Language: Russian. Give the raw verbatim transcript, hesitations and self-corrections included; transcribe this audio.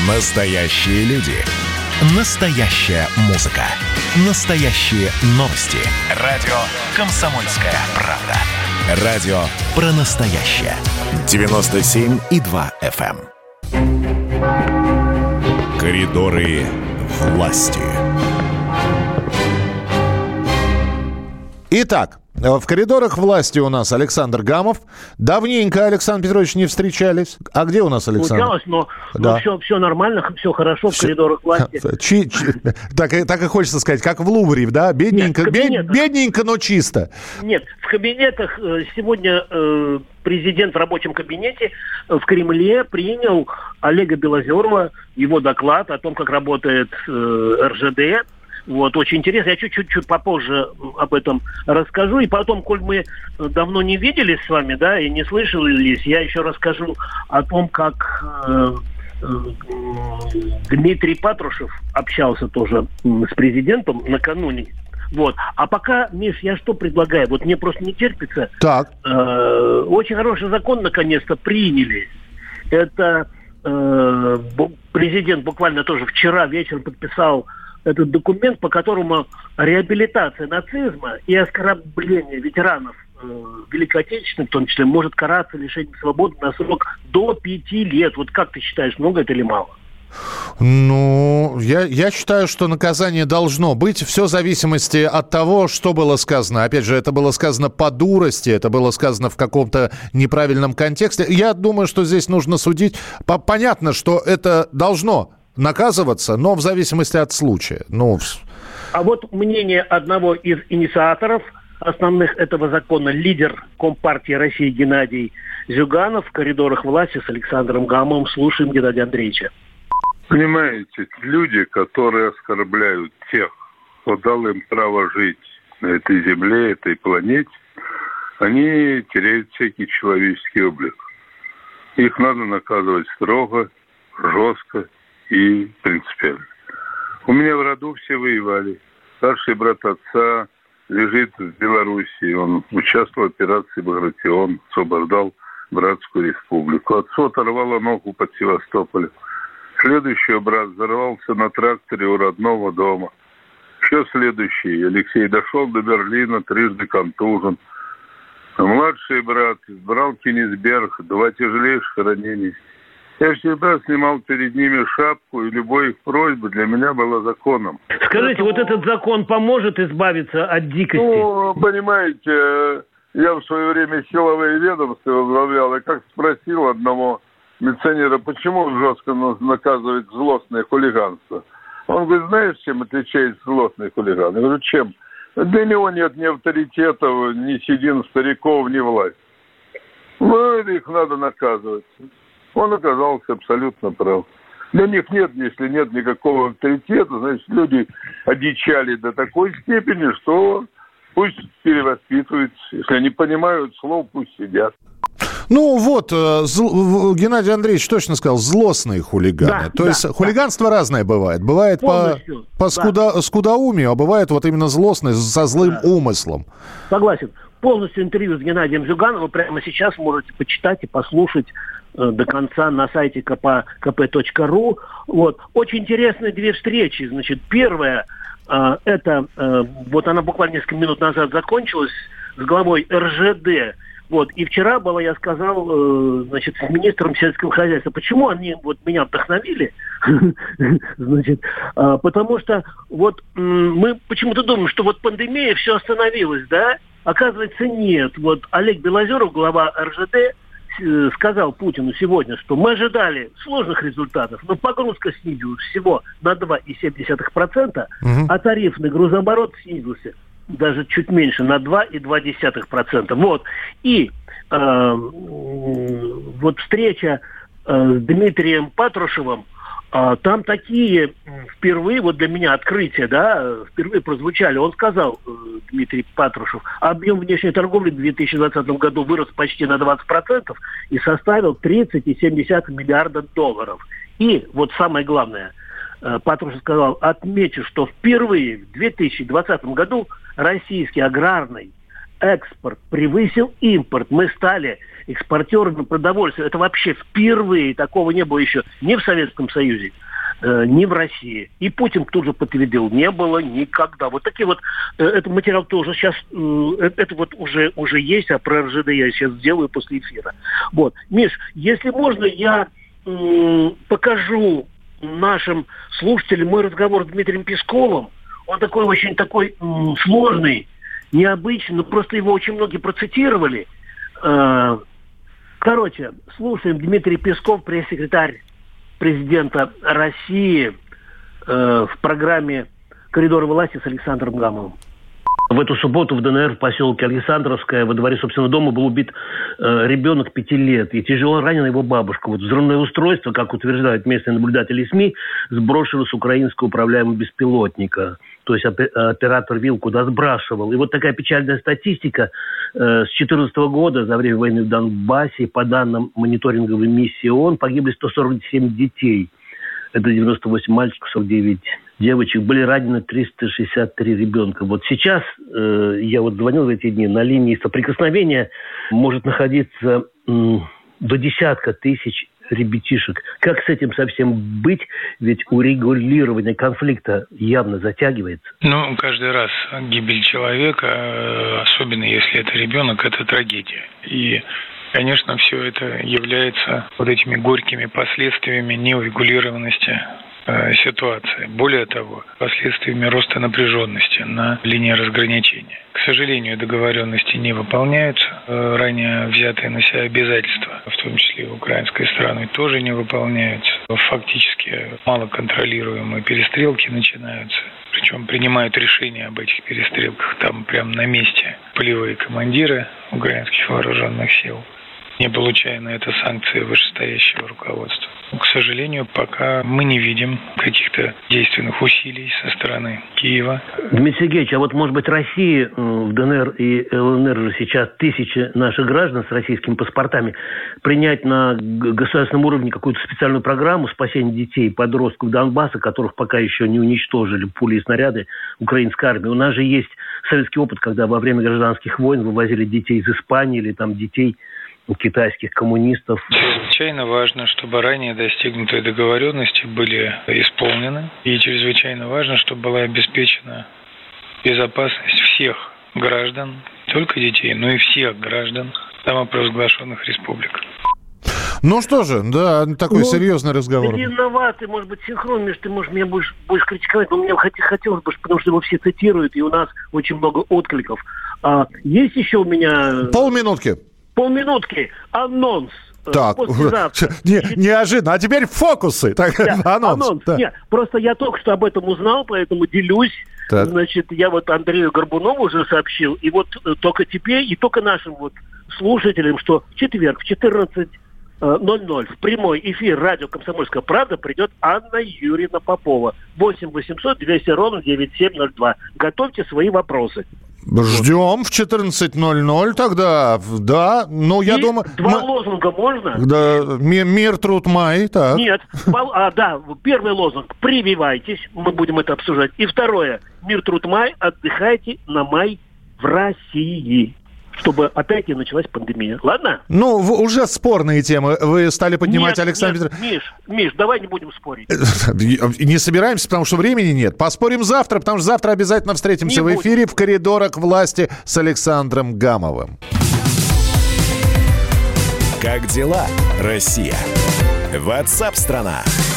Настоящие люди. Настоящая музыка. Настоящие новости. Радио «Комсомольская правда». Радио про настоящее. девяносто семь и два эф эм. Коридоры власти. Итак, в коридорах власти у нас Александр Гамов. Давненько, Александр Петрович, не встречались. А где у нас Александр? Случалось, но, да. но все, все нормально, все хорошо все. В коридорах власти. Чи, чи, так, так и хочется сказать, как в Лувре, да? Бедненько, Нет, бед, бедненько, но чисто. Нет, в кабинетах сегодня э, президент в рабочем кабинете в Кремле принял Олега Белозерова, его доклад о том, как работает э, эр жэ дэ. Вот, очень интересно. Я чуть-чуть чуть попозже об этом расскажу. И потом, коль мы давно не виделись с вами, да, и не слышались, я еще расскажу о том, как э, э, Дмитрий Патрушев общался тоже с президентом накануне. Вот. А пока, Миш, я что предлагаю? Вот мне просто не терпится. Так. Э, очень хороший закон наконец-то приняли. Это э, президент буквально тоже вчера вечером подписал этот документ, по которому реабилитация нацизма и оскорбление ветеранов э, Великой Отечественной, в том числе, может караться лишением свободы на срок до пяти лет. Вот как ты считаешь, много это или мало? Ну, я, я считаю, что наказание должно быть. Все в зависимости от того, что было сказано. Опять же, это было сказано по дурости, это было сказано в каком-то неправильном контексте. Я думаю, что здесь нужно судить. Понятно, что это должно наказываться, но в зависимости от случая. Ну... А вот мнение одного из инициаторов основных этого закона, лидер Компартии России Геннадий Зюганов в коридорах власти с Александром Гамовым. Слушаем Геннадия Андреевича. Понимаете, люди, которые оскорбляют тех, кто дал им право жить на этой земле, этой планете, они теряют всякий человеческий облик. Их надо наказывать строго, жестко и принципиально. У меня в роду все воевали. Старший брат отца лежит в Белоруссии. Он участвовал в операции «Багратион», освобождал Братскую республику. Отцу оторвало ногу под Севастополем. Следующий брат взорвался на тракторе у родного дома. Еще следующий, Алексей, дошел до Берлина, трижды контужен. А младший брат брал Кенигсберг, два тяжелейших ранений. Я всегда снимал перед ними шапку, и любая их просьба для меня была законом. Скажите, Поэтому... вот этот закон поможет избавиться от дикости? Ну, понимаете, я в свое время силовые ведомства возглавлял, и как спросил одного милиционера, почему жестко наказывает злостное хулиганство. Он говорит, знаешь, чем отличается злостный хулиган? Я говорю, чем? Для него нет ни авторитетов, ни седин стариков, ни власти. Ну, их надо наказывать. Он оказался абсолютно прав. Для них нет, если нет никакого авторитета, значит, люди одичали до такой степени, что пусть перевоспитываются. Если они понимают слов, пусть сидят. Ну вот, зл... Геннадий Андреевич точно сказал, злостные хулиганы. Да, То да, есть да. хулиганство разное бывает. Бывает Полностью. по, по да. скуда... скудаумию, а бывает вот именно злостное, со злым да. умыслом. Согласен. Полностью интервью с Геннадием Зюгановым прямо сейчас можете почитать и послушать э, до конца на сайте ка пэ точка ру. Вот. Очень интересные две встречи. Значит, первая, э, это, э, вот она буквально несколько минут назад закончилась с главой эр жэ дэ. Вот. И вчера была, я сказал, э, значит, с министром сельского хозяйства. Почему они вот меня вдохновили? Значит, э, потому что вот э, мы почему-то думаем, что вот пандемия, все остановилось, да? Оказывается, нет. Вот Олег Белозеров, глава эр жэ дэ, э, сказал Путину сегодня, что мы ожидали сложных результатов, но погрузка снизилась всего на два целых семь десятых процента, угу. а тарифный грузооборот снизился даже чуть меньше, на два целых две десятых процента. Вот. И э, вот встреча э, с Дмитрием Патрушевым, э, там такие впервые, вот для меня открытия, да, впервые прозвучали. Он сказал, э, Дмитрий Патрушев, объем внешней торговли в две тысячи двадцатом году вырос почти на двадцать процентов и составил тридцать целых семь десятых миллиарда долларов. И вот самое главное, э, Патрушев сказал, отмечу, что впервые в две тысячи двадцатом году российский аграрный экспорт превысил импорт. Мы стали экспортерами продовольствия. Это вообще впервые. Такого не было еще ни в Советском Союзе, э, ни в России. И Путин тут же подтвердил. Не было никогда. Вот такие вот... Э, этот материал тоже сейчас... Э, это вот уже, уже есть, а про эр жэ дэ я сейчас сделаю после эфира. Вот. Миш, если можно, я э, покажу нашим слушателям мой разговор с Дмитрием Песковым. Он такой очень такой э, сложный, необычный, но просто его очень многие процитировали. Э, короче, слушаем. Дмитрий Песков, пресс-секретарь президента России, э, в программе «Коридоры власти» с Александром Гамовым. В эту субботу в дэ эн эр в поселке Александровское во дворе собственного дома был убит э, ребенок пяти лет и тяжело ранена его бабушка. Вот взрывное устройство, как утверждают местные наблюдатели СМИ, сброшено с украинского управляемого беспилотника. То есть оператор видел, куда сбрасывал. И вот такая печальная статистика. Э, с две тысячи четырнадцатого года, за время войны в Донбассе, по данным мониторинговой миссии ООН, погибли сто сорок семь детей. Это девяносто восемь мальчиков, сорок девять девочек. Были ранены триста шестьдесят три ребенка. Вот сейчас, э, я вот звонил в эти дни, на линии соприкосновения может находиться э, до десятка тысяч ребятишек. Как с этим совсем быть? Ведь урегулирование конфликта явно затягивается. Ну, каждый раз гибель человека, особенно если это ребенок, это трагедия. И конечно, все это является вот этими горькими последствиями неурегулированности э, ситуации. Более того, последствиями роста напряженности на линии разграничения. К сожалению, договоренности не выполняются. Э, ранее взятые на себя обязательства, в том числе и украинской стороной, тоже не выполняются. Фактически малоконтролируемые перестрелки начинаются. Причем принимают решения об этих перестрелках там прямо на месте полевые командиры украинских вооруженных сил, не получая на это санкции вышестоящего руководства. Но, к сожалению, пока мы не видим каких-то действенных усилий со стороны Киева. Дмитрий Сергеевич, а вот, может быть, России, в дэ эн эр и эл эн эр же сейчас тысячи наших граждан с российскими паспортами, принять на государственном уровне какую-то специальную программу спасения детей и подростков Донбасса, которых пока еще не уничтожили пули и снаряды украинской армии. У нас же есть советский опыт, когда во время гражданских войн вывозили детей из Испании или там детей китайских коммунистов. Чрезвычайно важно, чтобы ранее достигнутые договоренности были исполнены. И чрезвычайно важно, чтобы была обеспечена безопасность всех граждан, не только детей, но и всех граждан самопровозглашенных республик. Ну что же, да, такой ну, серьезный разговор. Ты виноватый, может быть, синхрон, Миш, ты, может, меня будешь, будешь критиковать, но мне хотелось бы, потому что его все цитируют, и у нас очень много откликов. А, есть еще у меня... Полминутки. Полминутки. Анонс. Так, не, неожиданно. А теперь фокусы. Так, да, анонс. анонс. Да. Нет, просто я только что об этом узнал, поэтому делюсь. Так. Значит, я вот Андрею Горбунову уже сообщил. И вот только теперь, и только нашим вот слушателям, что в четверг в четырнадцать ноль ноль в прямой эфир радио «Комсомольская правда» придет Анна Юрьевна Попова. восемь восемьсот двести ровно девяносто семь ноль два. Готовьте свои вопросы. Ждем в четырнадцать ноль ноль тогда, да, ну я и думаю... Два мы... лозунга можно? Да, мир, мир, труд, май, так. Нет, а, да, первый лозунг, прививайтесь, мы будем это обсуждать. И второе, мир, труд, май, отдыхайте на май в России. Чтобы опять не началась пандемия. Ладно? Ну, в, уже спорные темы. Вы стали поднимать, нет, Александр нет, Миш, Миш, давай не будем спорить. Не собираемся, потому что времени нет. Поспорим завтра, потому что завтра обязательно встретимся не в эфире будем. В коридорах власти с Александром Гамовым. Как дела, Россия? WhatsApp-страна.